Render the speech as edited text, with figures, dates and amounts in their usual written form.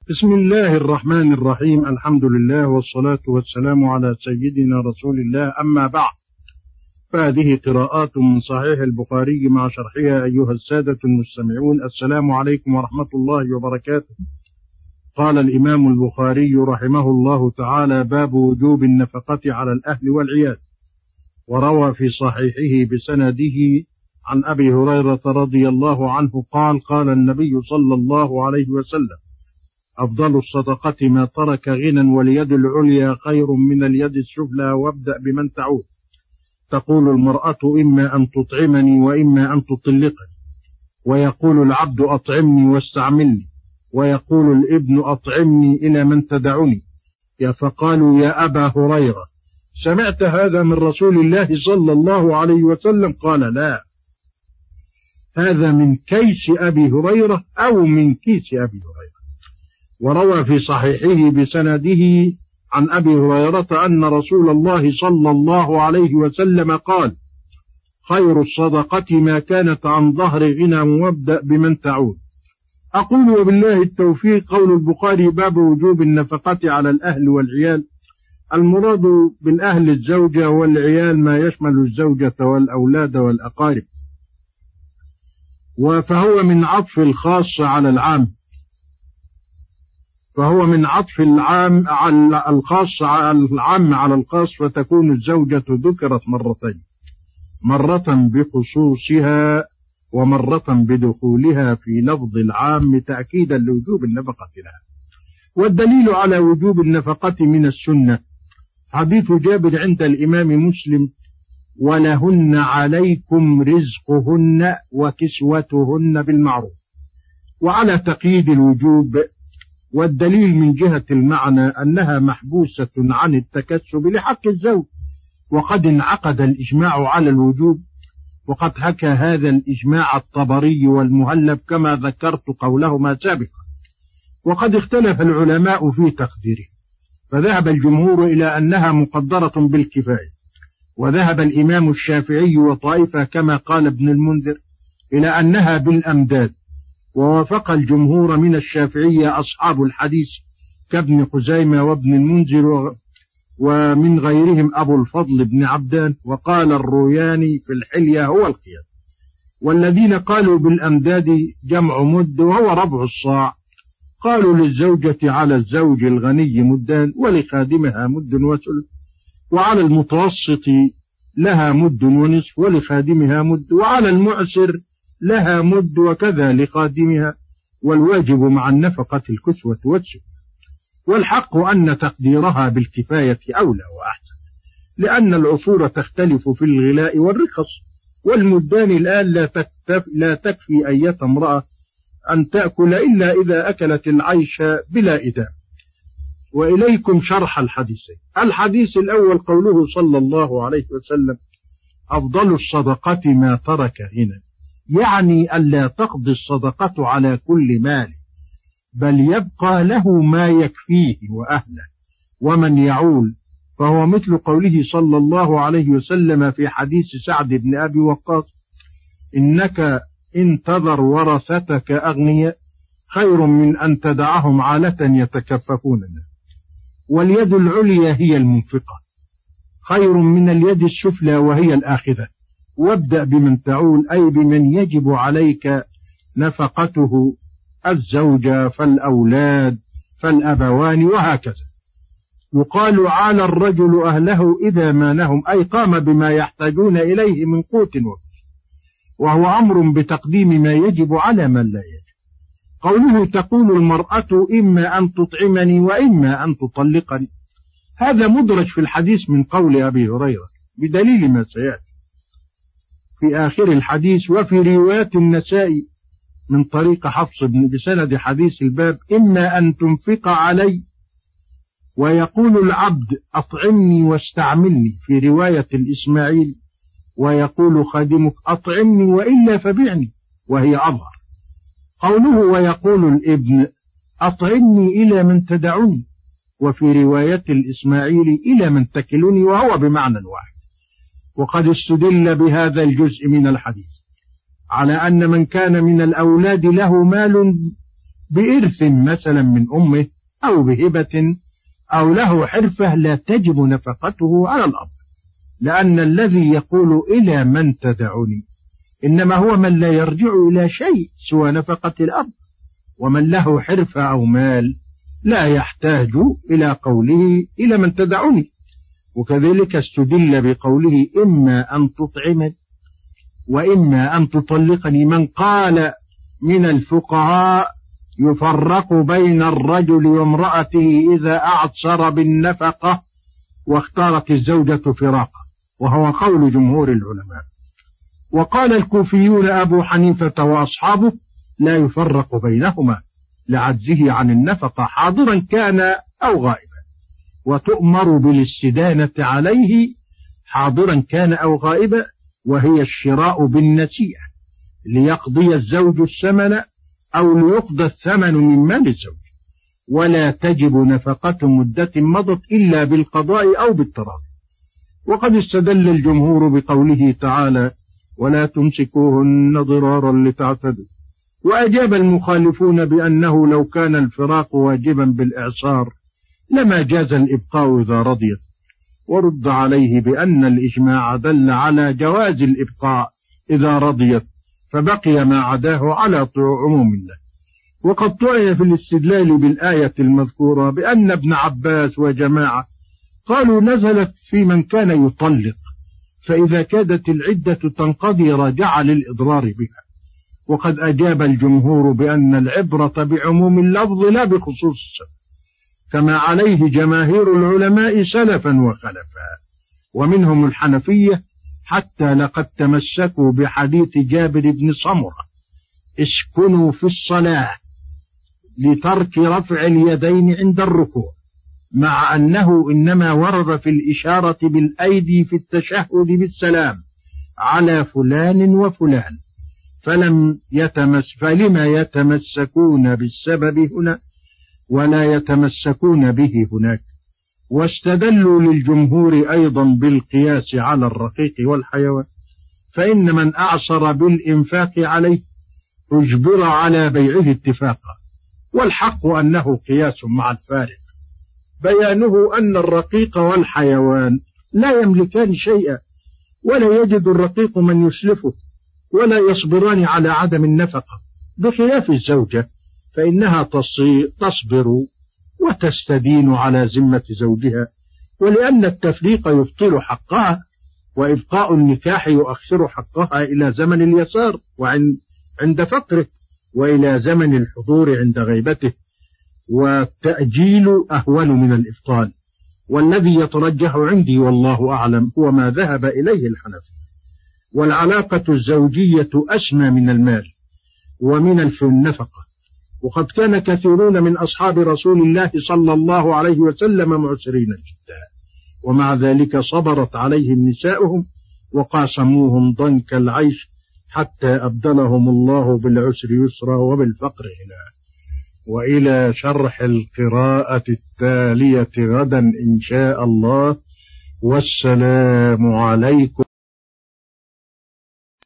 بسم الله الرحمن الرحيم. الحمد لله والصلاة والسلام على سيدنا رسول الله، أما بعد، فهذه قراءات من صحيح البخاري مع شرحها. أيها السادة المستمعون، السلام عليكم ورحمة الله وبركاته. قال الإمام البخاري رحمه الله تعالى: باب وجوب النفقة على الأهل والعيال. وروى في صحيحه بسنده عن أبي هريرة رضي الله عنه قال: قال النبي صلى الله عليه وسلم: أفضل الصدقة ما ترك غنى، واليد العليا خير من اليد السفلى، وابدأ بمن تعود. تقول المرأة: إما أن تطعمني وإما أن تطلقني، ويقول العبد: أطعمني واستعملني، ويقول الابن: أطعمني إلى من تدعني. فقالوا: يا أبا هريرة، سمعت هذا من رسول الله صلى الله عليه وسلم؟ قال: لا، هذا من كيس أبي هريرة أو من كيس أبي هريرة. وروى في صحيحه بسنده عن أبي هريرة أن رسول الله صلى الله عليه وسلم قال: خير الصدقة ما كانت عن ظهر غنى، وابدأ بمن تعود. أقول وبالله التوفيق. قول البخاري: باب وجوب النفقة على الأهل والعيال. المراد بالأهل الزوجة، والعيال ما يشمل الزوجة والأولاد والأقارب، فهو من عطف الخاص على العام، الخاص على العام على الخاص، فتكون الزوجة ذكرت مرتين، مرة بخصوصها ومرة بدخولها في لفظ العام تأكيدا لوجوب النفقة لها. والدليل على وجوب النفقة من السنة حديث جابر عند الإمام مسلم: ولهن عليكم رزقهن وكسوتهن بالمعروف، وعلى تقييد الوجوب. والدليل من جهة المعنى أنها محبوسة عن التكسب لحق الزوج، وقد انعقد الإجماع على الوجوب، وقد حكى هذا الإجماع الطبري والمهلب كما ذكرت قولهما سابقا. وقد اختلف العلماء في تقديره، فذهب الجمهور إلى أنها مقدرة بالكفاية، وذهب الإمام الشافعي وطائفة كما قال ابن المنذر إلى أنها بالأمداد. ووافق الجمهور من الشافعية أصحاب الحديث كابن خزيمة وابن المنذر ومن غيرهم أبو الفضل بن عبدان، وقال الروياني في الحلية هو القياس. والذين قالوا بالأمداد جمع مد، وهو ربع الصاع. قالوا: للزوجة على الزوج الغني مدان، ولخادمها مد وثلث، وعلى المتوسط لها مد ونصف، ولخادمها مد، وعلى المعسر لها مد، وكذا لخادمها. والواجب مع النفقة الكسوة والسفل. والحق أن تقديرها بالكفاية أولى وأحسن، لأن العصور تختلف في الغلاء والرخص، والمدان الآن لا تكفي أية امرأة أن تأكل إلا إذا أكلت العيش بلا إدام. وإليكم شرح الحديثين. الحديث الأول قوله صلى الله عليه وسلم: أفضل الصدقة ما ترك غنى، يعني ألا تقضي الصدقة على كل مال، بل يبقى له ما يكفيه وأهله ومن يعول. فهو مثل قوله صلى الله عليه وسلم في حديث سعد بن أبي وقاص: إنك إن تذر ورثتك أغنياء خير من أن تدعهم عالة يتكففون الناس. واليد العليا هي المنفقة خير من اليد السفلى وهي الآخذة. وابدأ بمن تعول، أي بمن يجب عليك نفقته: الزوجة فالأولاد فالأبوان، وهكذا. يقال: عال الرجل أهله إذا مانهم، أي قام بما يحتاجون إليه من قوت وكسوة، وهو أمر بتقديم ما يجب على من لا يجب. قوله: تقول المرأة: إما أن تطعمني وإما أن تطلقني، هذا مدرج في الحديث من قول أبي هريرة بدليل ما سيأتي في آخر الحديث. وفي رواية النسائي من طريق حفص بسند حديث الباب: إما أن تنفق علي، ويقول العبد: أطعمني واستعملني، في رواية الإسماعيل: ويقول خادمك: أطعمني وإلا فبعني، وهي أظهر. قوله: ويقول الابن: أطعمني إلى من تدعني، وفي رواية الإسماعيل: إلى من تكلني، وهو بمعنى واحد. وقد استدل بهذا الجزء من الحديث على أن من كان من الأولاد له مال بإرث مثلا من أمه أو بهبة أو له حرفة لا تجب نفقته على الأب، لأن الذي يقول إلى من تدعني إنما هو من لا يرجع إلى شيء سوى نفقة الأب، ومن له حرفة أو مال لا يحتاج إلى قوله إلى من تدعني. وكذلك استدل بقوله إما أن تطعمني وإما أن تطلقني من قال من الفقهاء يفرق بين الرجل وامرأته إذا أعصر بالنفقة واختارت الزوجة فراقه، وهو قول جمهور العلماء. وقال الكوفيون أبو حنيفة وأصحابه لا يفرق بينهما لعجزه عن النفقة حاضرا كان أو غائبا، وتؤمر بالاستدانة عليه حاضرا كان أو غائبا، وهي الشراء بالنسيئة ليقضي الزوج الثمن أو ليقضى الثمن من مال الزوج، ولا تجب نفقة مدة مضت إلا بالقضاء أو بالتراضي. وقد استدل الجمهور بقوله تعالى ولا تمسكوهن ضرارا لتعتدوا، وأجاب المخالفون بأنه لو كان الفراق واجبا بالإعصار لما جاز الإبقاء إذا رضيت، ورد عليه بأن الإجماع دل على جواز الإبقاء إذا رضيت، فبقي ما عداه على عموم الله. وقد طعن في الاستدلال بالآية المذكورة بأن ابن عباس وجماعة قالوا نزلت في من كان يطلق، فإذا كادت العدة تنقضي رجع للإضرار بها. وقد أجاب الجمهور بأن العبرة بعموم اللفظ لا بخصوص السبب، كما عليه جماهير العلماء سلفا وخلفا، ومنهم الحنفية، حتى لقد تمسكوا بحديث جابر بن سمرة اسكنوا في الصلاة لترك رفع اليدين عند الركوع، مع أنه إنما ورد في الإشارة بالأيدي في التشهد بالسلام على فلان وفلان، فلما يتمسكون بالسبب هنا ولا يتمسكون به هناك. واستدلوا للجمهور أيضا بالقياس على الرقيق والحيوان، فإن من أعصر بالإنفاق عليه أجبر على بيعه اتفاقا، والحق أنه قياس مع الفارق، بيانه أن الرقيق والحيوان لا يملكان شيئا، ولا يجد الرقيق من يسلفه، ولا يصبران على عدم النفقة، بخلاف الزوجة فإنها تصبر وتستدين على ذمة زوجها، ولأن التفريق يبطل حقها، وإبقاء النكاح يؤخر حقها إلى زمن اليسار وعند فقره، وإلى زمن الحضور عند غيبته، والتأجيل أهون من الإبطال. والذي يترجح عندي والله أعلم هو ما ذهب إليه الحنفي. والعلاقة الزوجية أسمى من المال ومن النفقة، وقد كان كثيرون من أصحاب رسول الله صلى الله عليه وسلم معسرين جدا، ومع ذلك صبرت عليهم نساؤهم وقاسموهم ضنك العيش حتى أبدلهم الله بالعسر يسرا وبالفقر غنى. وإلى شرح القراءة التالية غدا إن شاء الله، والسلام عليكم.